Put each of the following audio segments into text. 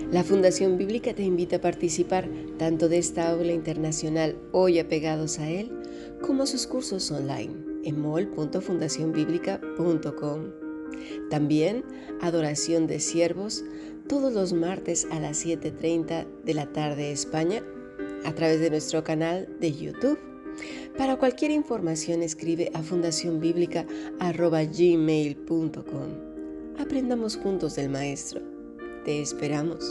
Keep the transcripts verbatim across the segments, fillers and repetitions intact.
La Fundación Bíblica te invita a participar tanto de esta aula internacional Hoy Apegados a Él, como sus cursos online en mol punto fundación bíblica punto com. También Adoración de Siervos todos los martes a las siete y media de la tarde España a través de nuestro canal de YouTube. Para cualquier información escribe a fundación bíblica arroba gmail punto com. Aprendamos juntos del Maestro. Te esperamos.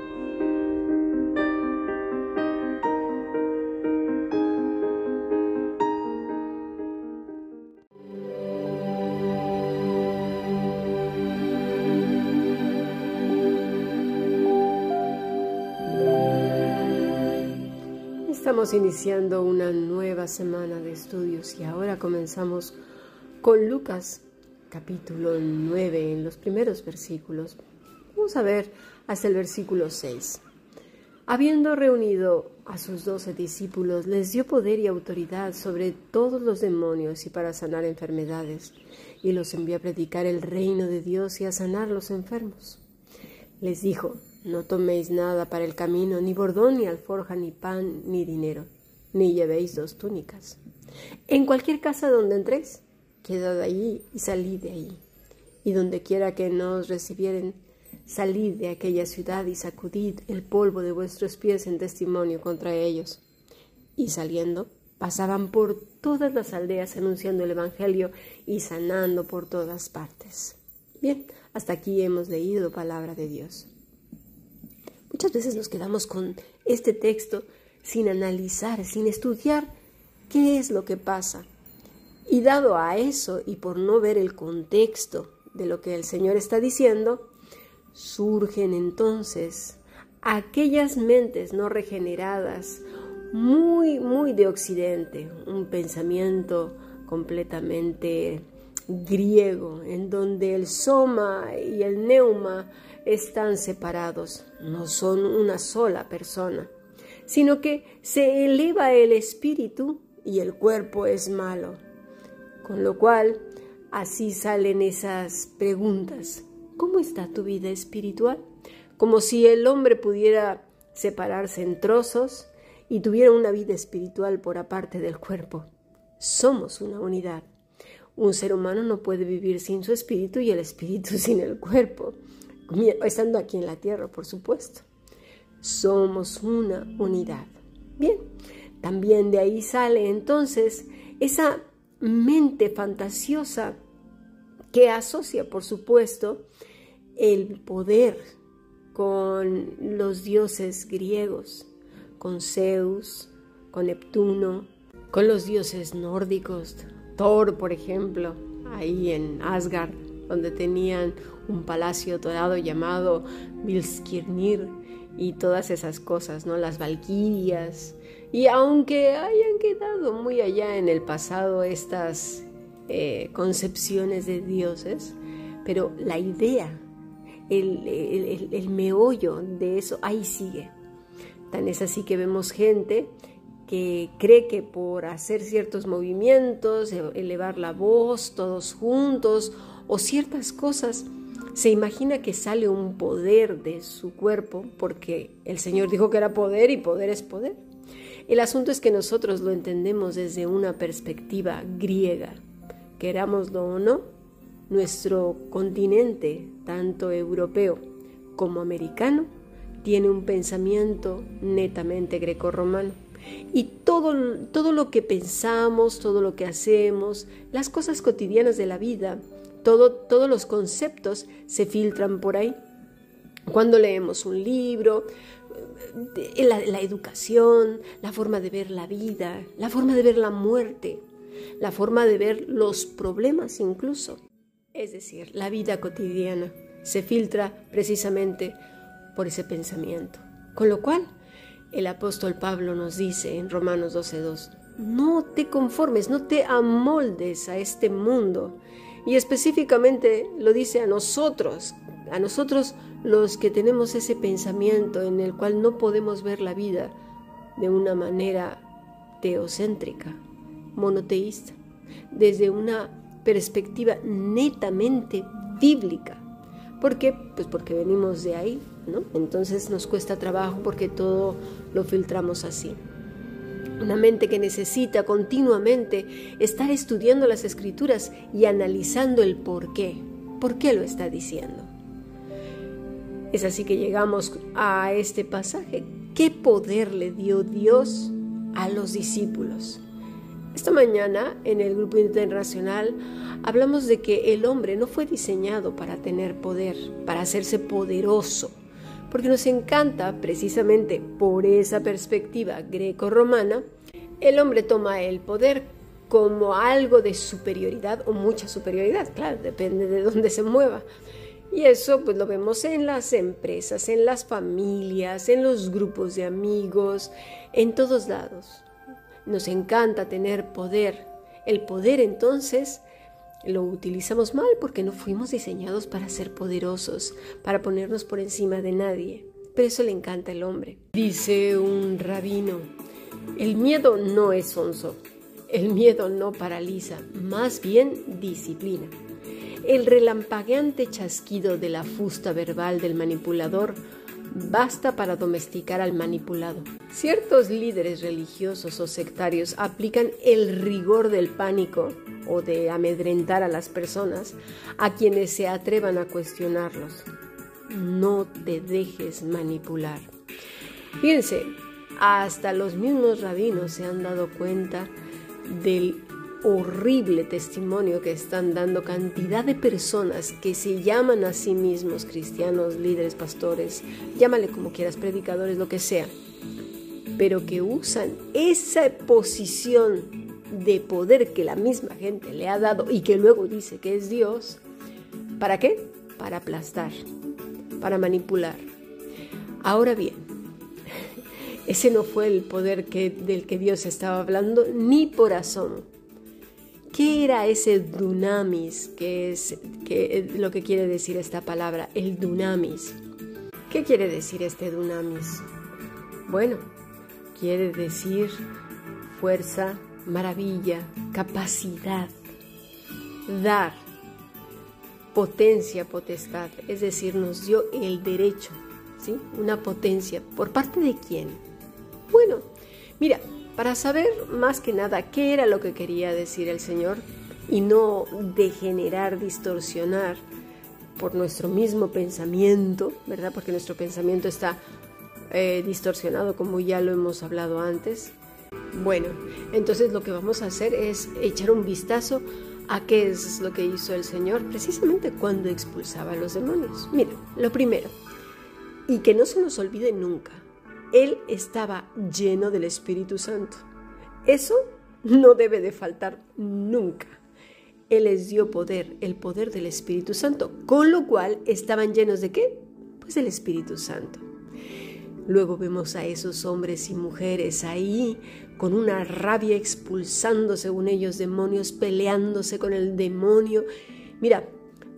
Estamos iniciando una nueva semana de estudios y ahora comenzamos con Lucas capítulo nueve en los primeros versículos. Vamos a ver hasta el versículo seis. Habiendo reunido a sus doce discípulos, les dio poder y autoridad sobre todos los demonios y para sanar enfermedades, y los envió a predicar el reino de Dios y a sanar los enfermos. Les dijo: no toméis nada para el camino, ni bordón, ni alforja, ni pan, ni dinero, ni llevéis dos túnicas. En cualquier casa donde entréis, quedad allí y salid de allí. Y donde quiera que no os recibieren, salid de aquella ciudad y sacudid el polvo de vuestros pies en testimonio contra ellos. Y saliendo, pasaban por todas las aldeas anunciando el evangelio y sanando por todas partes. Bien, hasta aquí hemos leído palabra de Dios. Muchas veces nos quedamos con este texto sin analizar, sin estudiar qué es lo que pasa. Y dado a eso, y por no ver el contexto de lo que el Señor está diciendo, surgen entonces aquellas mentes no regeneradas, muy, muy de Occidente, un pensamiento completamente griego, en donde el soma y el neuma están separados, no son una sola persona, sino que se eleva el espíritu y el cuerpo es malo. Con lo cual, así salen esas preguntas. ¿Cómo está tu vida espiritual? Como si el hombre pudiera separarse en trozos y tuviera una vida espiritual por aparte del cuerpo. Somos una unidad. Un ser humano no puede vivir sin su espíritu y el espíritu sin el cuerpo, estando aquí en la tierra, por supuesto. Somos una unidad. Bien, también de ahí sale entonces esa mente fantasiosa que asocia, por supuesto, el poder con los dioses griegos, con Zeus, con Neptuno, con los dioses nórdicos, Thor, por ejemplo, ahí en Asgard, donde tenían un palacio dorado llamado Vilskirnir y todas esas cosas, ¿no? Las valquirias. Y aunque hayan quedado muy allá en el pasado estas eh, concepciones de dioses, pero la idea, el, el, el meollo de eso, ahí sigue. Tan es así que vemos gente que cree que por hacer ciertos movimientos, elevar la voz todos juntos o ciertas cosas, se imagina que sale un poder de su cuerpo, porque el Señor dijo que era poder y poder es poder. El asunto es que nosotros lo entendemos desde una perspectiva griega. Querámoslo o no, nuestro continente, tanto europeo como americano, tiene un pensamiento netamente grecorromano. Y todo, todo lo que pensamos, todo lo que hacemos, las cosas cotidianas de la vida, todo, todos los conceptos se filtran por ahí. Cuando leemos un libro, la, la educación, la forma de ver la vida, la forma de ver la muerte, la forma de ver los problemas incluso. Es decir, la vida cotidiana se filtra precisamente por ese pensamiento. Con lo cual, el apóstol Pablo nos dice en Romanos doce dos, no te conformes, no te amoldes a este mundo. Y específicamente lo dice a nosotros, a nosotros los que tenemos ese pensamiento en el cual no podemos ver la vida de una manera teocéntrica, monoteísta, desde una perspectiva netamente bíblica, ¿Por qué? Pues porque venimos de ahí, ¿no? Entonces nos cuesta trabajo porque todo lo filtramos así. Una mente que necesita continuamente estar estudiando las Escrituras y analizando el por qué. ¿Por qué lo está diciendo? Es así que llegamos a este pasaje. ¿Qué poder le dio Dios a los discípulos? Esta mañana en el grupo internacional hablamos de que el hombre no fue diseñado para tener poder, para hacerse poderoso, porque nos encanta, precisamente por esa perspectiva greco-romana, el hombre toma el poder como algo de superioridad o mucha superioridad, claro, depende de dónde se mueva. Y eso pues lo vemos en las empresas, en las familias, en los grupos de amigos, en todos lados. Nos encanta tener poder. El poder entonces lo utilizamos mal porque no fuimos diseñados para ser poderosos, para ponernos por encima de nadie. Pero eso le encanta al hombre. Dice un rabino, el miedo no es sonso, el miedo no paraliza, más bien disciplina. El relampagueante chasquido de la fusta verbal del manipulador basta para domesticar al manipulado. Ciertos líderes religiosos o sectarios aplican el rigor del pánico o de amedrentar a las personas a quienes se atrevan a cuestionarlos. No te dejes manipular. Fíjense, hasta los mismos rabinos se han dado cuenta del horrible testimonio que están dando cantidad de personas que se llaman a sí mismos cristianos, líderes, pastores, llámale como quieras, predicadores, lo que sea, pero que usan esa posición de poder que la misma gente le ha dado y que luego dice que es Dios. ¿Para qué? Para aplastar, para manipular. Ahora bien, ese no fue el poder que, del que Dios estaba hablando, ni por asomo. ¿Qué era ese dunamis? ¿Qué es que es lo que quiere decir esta palabra? El dunamis. ¿Qué quiere decir este dunamis? Bueno, quiere decir fuerza, maravilla, capacidad, dar, potencia, potestad. Es decir, nos dio el derecho, ¿sí? Una potencia. ¿Por parte de quién? Bueno, mira, para saber más que nada qué era lo que quería decir el Señor y no degenerar, distorsionar por nuestro mismo pensamiento, ¿verdad? Porque nuestro pensamiento está eh, distorsionado, como ya lo hemos hablado antes. Bueno, entonces lo que vamos a hacer es echar un vistazo a qué es lo que hizo el Señor precisamente cuando expulsaba a los demonios. Mira, lo primero, y que no se nos olvide nunca, Él estaba lleno del Espíritu Santo. Eso no debe de faltar nunca. Él les dio poder, el poder del Espíritu Santo, con lo cual estaban llenos ¿de qué? Pues del Espíritu Santo. Luego vemos a esos hombres y mujeres ahí con una rabia expulsando, según ellos, demonios, peleándose con el demonio. Mira,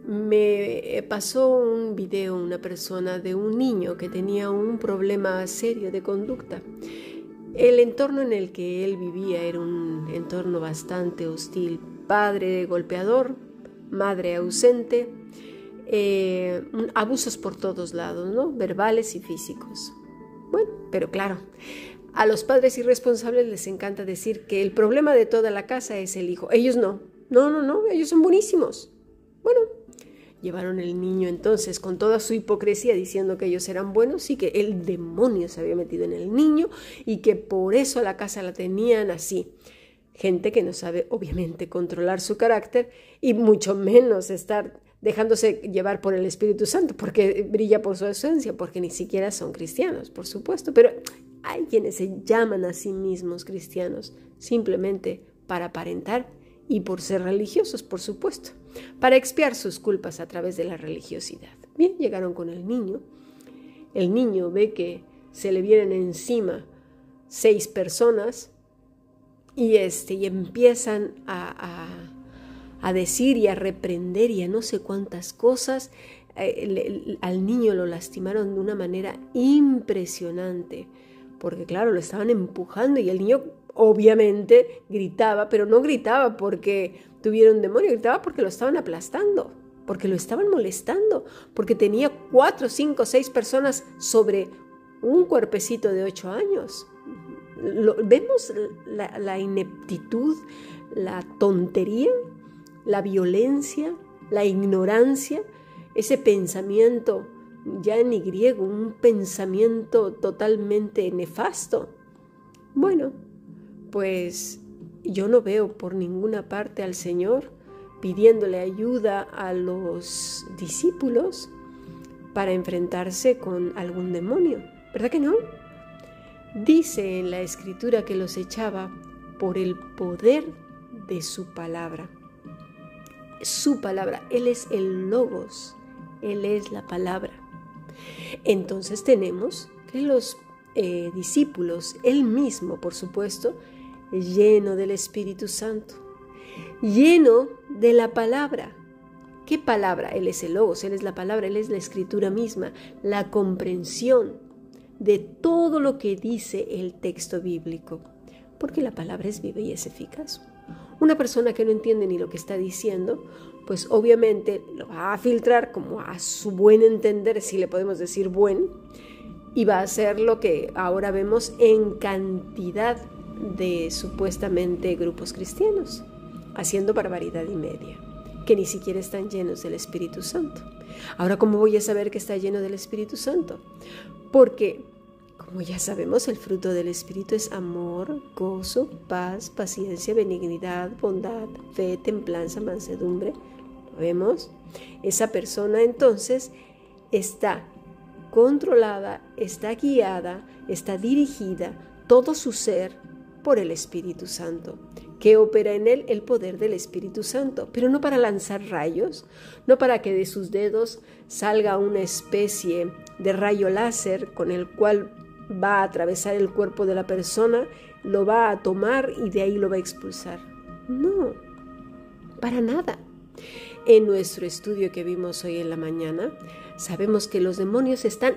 me pasó un video una persona de un niño que tenía un problema serio de conducta. El entorno en el que él vivía era un entorno bastante hostil. Padre golpeador, madre ausente, eh, abusos por todos lados, ¿no? Verbales y físicos. Bueno, pero claro, a los padres irresponsables les encanta decir que el problema de toda la casa es el hijo. Ellos no. No, no, no, ellos son buenísimos. Bueno, llevaron el niño entonces con toda su hipocresía diciendo que ellos eran buenos y que el demonio se había metido en el niño y que por eso la casa la tenían así. Gente que no sabe obviamente controlar su carácter y mucho menos estar dejándose llevar por el Espíritu Santo porque brilla por su esencia, porque ni siquiera son cristianos, por supuesto, pero hay quienes se llaman a sí mismos cristianos simplemente para aparentar y por ser religiosos, por supuesto, para expiar sus culpas a través de la religiosidad. Bien, llegaron con el niño. El niño ve que se le vienen encima seis personas y, este, y empiezan a, a, a decir y a reprender y a no sé cuántas cosas. Eh, le, al niño lo lastimaron de una manera impresionante, porque claro, lo estaban empujando y el niño obviamente gritaba, pero no gritaba porque tuviera un demonio, gritaba porque lo estaban aplastando, porque lo estaban molestando, porque tenía cuatro, cinco, seis personas sobre un cuerpecito de ocho años. Lo, vemos la, la ineptitud, la tontería, la violencia, la ignorancia, ese pensamiento ya en griego, un pensamiento totalmente nefasto. Bueno, pues yo no veo por ninguna parte al Señor pidiéndole ayuda a los discípulos para enfrentarse con algún demonio, ¿verdad que no? Dice en la Escritura que los echaba por el poder de su palabra. Su palabra, Él es el Logos, Él es la palabra. Entonces tenemos que los eh, discípulos, Él mismo, por supuesto, lleno del Espíritu Santo, lleno de la palabra. ¿Qué palabra? Él es el Logos, Él es la palabra, Él es la Escritura misma, la comprensión de todo lo que dice el texto bíblico, porque la palabra es viva y es eficaz. Una persona que no entiende ni lo que está diciendo, pues obviamente lo va a filtrar como a su buen entender, si le podemos decir buen, y va a hacer lo que ahora vemos en cantidad de supuestamente grupos cristianos, haciendo barbaridad y media, que ni siquiera están llenos del Espíritu Santo. Ahora, ¿cómo voy a saber que está lleno del Espíritu Santo? Porque, como ya sabemos, el fruto del Espíritu es amor, gozo, paz, paciencia, benignidad, bondad, fe, templanza, mansedumbre. ¿Lo vemos? Esa persona entonces está controlada, está guiada, está dirigida, todo su ser por el Espíritu Santo, que opera en él el poder del Espíritu Santo, pero no para lanzar rayos, no para que de sus dedos salga una especie de rayo láser con el cual va a atravesar el cuerpo de la persona, lo va a tomar y de ahí lo va a expulsar. No, para nada. En nuestro estudio que vimos hoy en la mañana, sabemos que los demonios están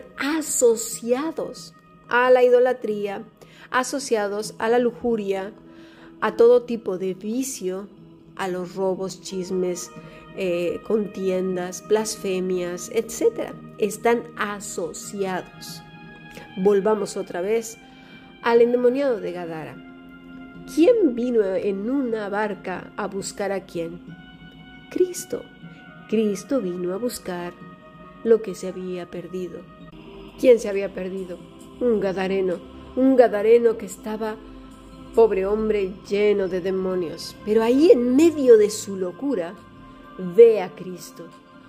asociados a la idolatría, asociados a la lujuria, a todo tipo de vicio, a los robos, chismes, eh, contiendas, blasfemias, etcétera. Están asociados. Volvamos otra vez al endemoniado de Gadara. ¿Quién vino en una barca a buscar a quién? Cristo. Cristo vino a buscar lo que se había perdido. ¿Quién se había perdido? Un gadareno, un gadareno que estaba, pobre hombre, lleno de demonios. Pero ahí en medio de su locura, ve a Cristo,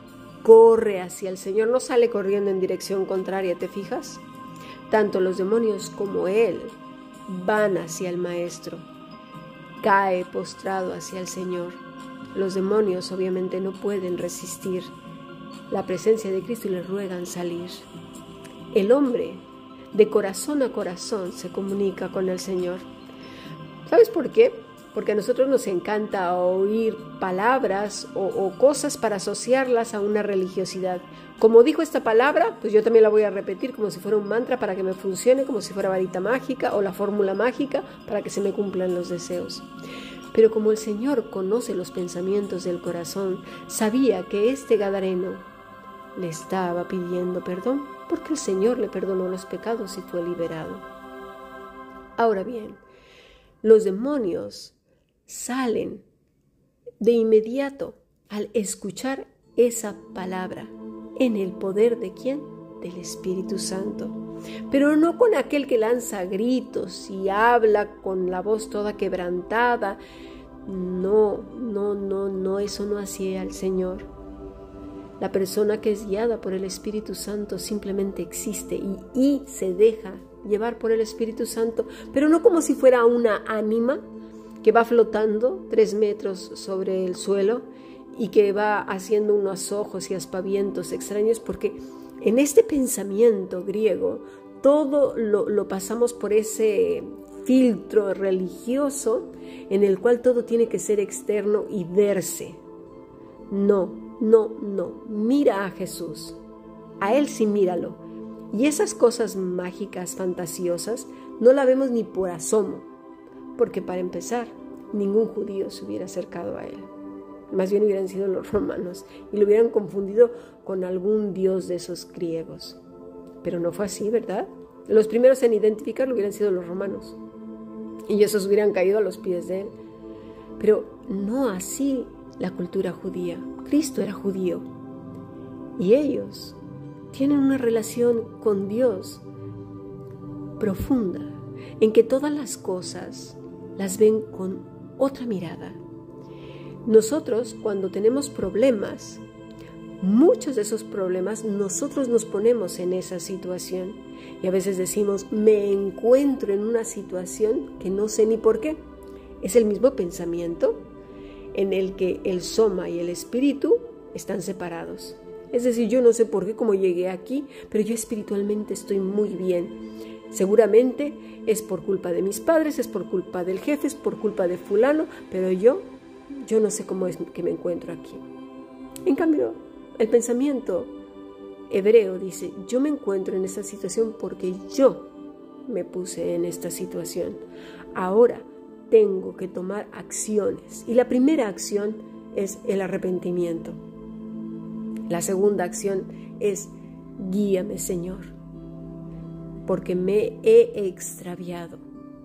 corre hacia el Señor, no sale corriendo en dirección contraria, ¿te fijas? Tanto los demonios como él van hacia el Maestro, cae postrado hacia el Señor. Los demonios obviamente no pueden resistir la presencia de Cristo y le ruegan salir. El hombre de corazón a corazón se comunica con el Señor. ¿Sabes por qué? Porque a nosotros nos encanta oír palabras o, o cosas para asociarlas a una religiosidad. Como dijo esta palabra, pues yo también la voy a repetir como si fuera un mantra para que me funcione, como si fuera varita mágica o la fórmula mágica para que se me cumplan los deseos. Pero como el Señor conoce los pensamientos del corazón, sabía que este gadareno le estaba pidiendo perdón, porque el Señor le perdonó los pecados y fue liberado. Ahora bien, los demonios salen de inmediato al escuchar esa palabra. ¿En el poder de quién? Del Espíritu Santo. Pero no con aquel que lanza gritos y habla con la voz toda quebrantada. No, no, no, no, eso no hacía el Señor. La persona que es guiada por el Espíritu Santo simplemente existe y, y se deja llevar por el Espíritu Santo, pero no como si fuera una ánima que va flotando tres metros sobre el suelo y que va haciendo unos ojos y aspavientos extraños, porque en este pensamiento griego todo lo, lo pasamos por ese filtro religioso en el cual todo tiene que ser externo y verse. No, no, no, mira a Jesús, a Él sí míralo. Y esas cosas mágicas, fantasiosas, no la vemos ni por asomo, porque para empezar, ningún judío se hubiera acercado a Él. más bien hubieran sido los romanos y lo hubieran confundido con algún dios de esos griegos. Pero no fue así, ¿verdad? Los primeros en identificarlo hubieran sido los romanos y esos hubieran caído a los pies de él. Pero no así la cultura judía. Cristo era judío y ellos tienen una relación con Dios profunda, en que todas las cosas las ven con otra mirada. Nosotros, cuando tenemos problemas, muchos de esos problemas, nosotros nos ponemos en esa situación y a veces decimos, me encuentro en una situación que no sé ni por qué. Es el mismo pensamiento en el que el soma y el espíritu están separados. Es decir, yo no sé por qué, cómo llegué aquí, pero yo espiritualmente estoy muy bien. Seguramente es por culpa de mis padres, es por culpa del jefe, es por culpa de fulano, pero yo, yo no sé cómo es que me encuentro aquí. En cambio, el pensamiento hebreo dice, yo me encuentro en esta situación porque yo me puse en esta situación. Ahora tengo que tomar acciones. Y la primera acción es el arrepentimiento. La segunda acción es, guíame, Señor, porque me he extraviado.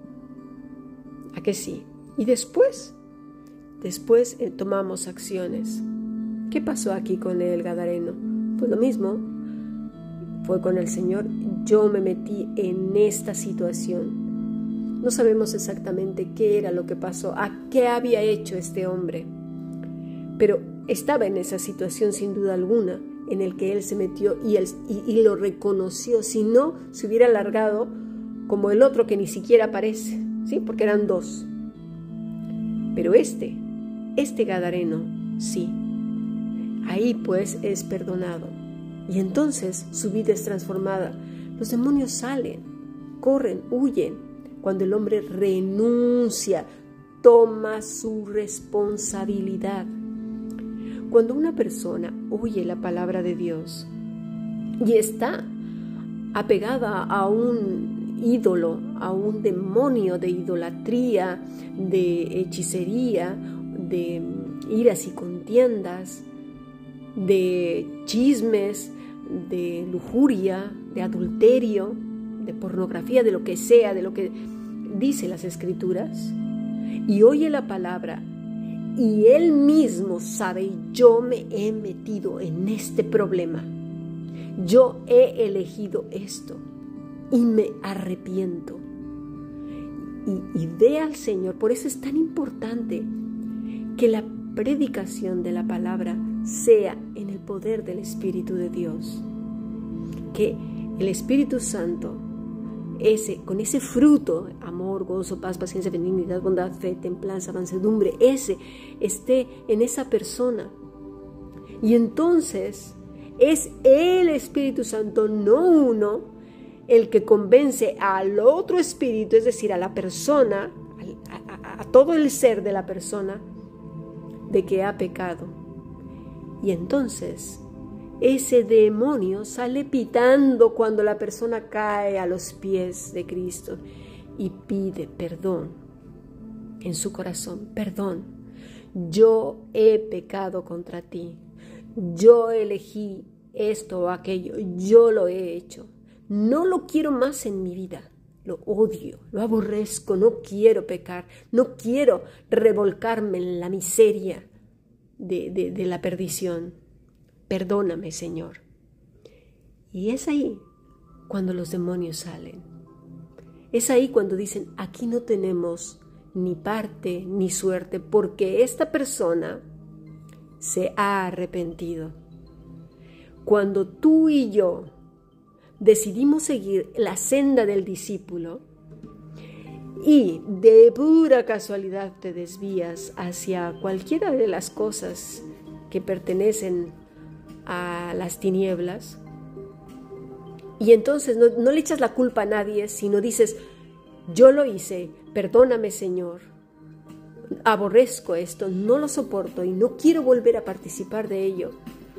¿A que sí? Y después, después eh, tomamos acciones. ¿Qué pasó aquí con el gadareno? Pues lo mismo, fue con el Señor. Yo me metí en esta situación. No sabemos exactamente qué era lo que pasó, a qué había hecho este hombre, pero estaba en esa situación sin duda alguna, en el que él se metió y, él, y, y lo reconoció. Si no, se hubiera alargado como el otro que ni siquiera aparece, ¿sí? Porque eran dos. Pero este, este gadareno, sí. Ahí pues es perdonado. Y entonces su vida es transformada. Los demonios salen, corren, huyen. Cuando el hombre renuncia, toma su responsabilidad. Cuando una persona oye la palabra de Dios y está apegada a un ídolo, a un demonio de idolatría, de hechicería, de iras y contiendas, de chismes, de lujuria, de adulterio, de pornografía, de lo que sea, de lo que dice las Escrituras, y oye la palabra, y él mismo sabe, yo me he metido en este problema, yo he elegido esto y me arrepiento, y, y ve al Señor. Por eso es tan importante que la predicación de la palabra sea en el poder del Espíritu de Dios, que el Espíritu Santo, ese, con ese fruto, amor, gozo, paz, paciencia, benignidad, bondad, fe, templanza, mansedumbre, ese esté en esa persona. Y entonces es el Espíritu Santo, no uno, el que convence al otro espíritu, es decir, a la persona, a, a, a todo el ser de la persona, de que ha pecado. Y entonces ese demonio sale pitando cuando la persona cae a los pies de Cristo y pide perdón en su corazón. Perdón, yo he pecado contra ti, yo elegí esto o aquello, yo lo he hecho, no lo quiero más en mi vida, lo odio, lo aborrezco, no quiero pecar, no quiero revolcarme en la miseria de, de, de la perdición. Perdóname, Señor. Y es ahí cuando los demonios salen. Es ahí cuando dicen, aquí no tenemos ni parte ni suerte, porque esta persona se ha arrepentido. Cuando tú y yo decidimos seguir la senda del discípulo y de pura casualidad te desvías hacia cualquiera de las cosas que pertenecen a las tinieblas, y entonces no, no le echas la culpa a nadie, sino dices, yo lo hice, perdóname, Señor, aborrezco esto, no lo soporto y no quiero volver a participar de ello.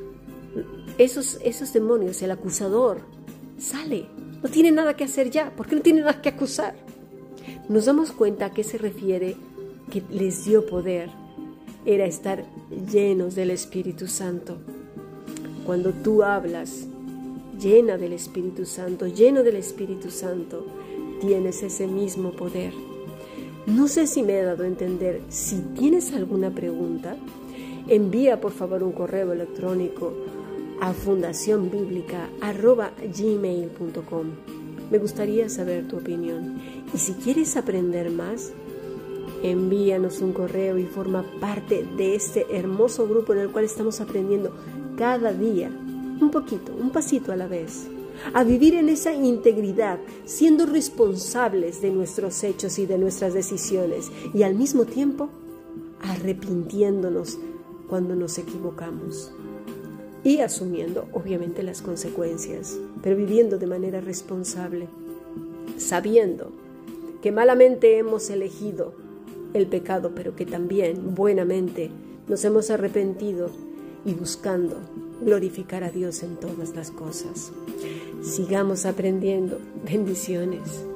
Esos, esos demonios, el acusador, sale, no tiene nada que hacer ya, porque no tiene nada que acusar. Nos damos cuenta a qué se refiere que les dio poder. era estar llenos del Espíritu Santo. Cuando tú hablas, llena del Espíritu Santo, lleno del Espíritu Santo, tienes ese mismo poder. No sé si me he dado a entender. Si tienes alguna pregunta, envía por favor un correo electrónico a fundación bíblica arroba gmail punto com. Me gustaría saber tu opinión. Y si quieres aprender más, envíanos un correo y forma parte de este hermoso grupo en el cual estamos aprendiendo cada día, un poquito, un pasito a la vez, a vivir en esa integridad, siendo responsables de nuestros hechos y de nuestras decisiones, y al mismo tiempo arrepintiéndonos cuando nos equivocamos y asumiendo obviamente las consecuencias, pero viviendo de manera responsable, sabiendo que malamente hemos elegido el pecado, pero que también buenamente nos hemos arrepentido y buscando glorificar a Dios en todas las cosas. Sigamos aprendiendo. Bendiciones.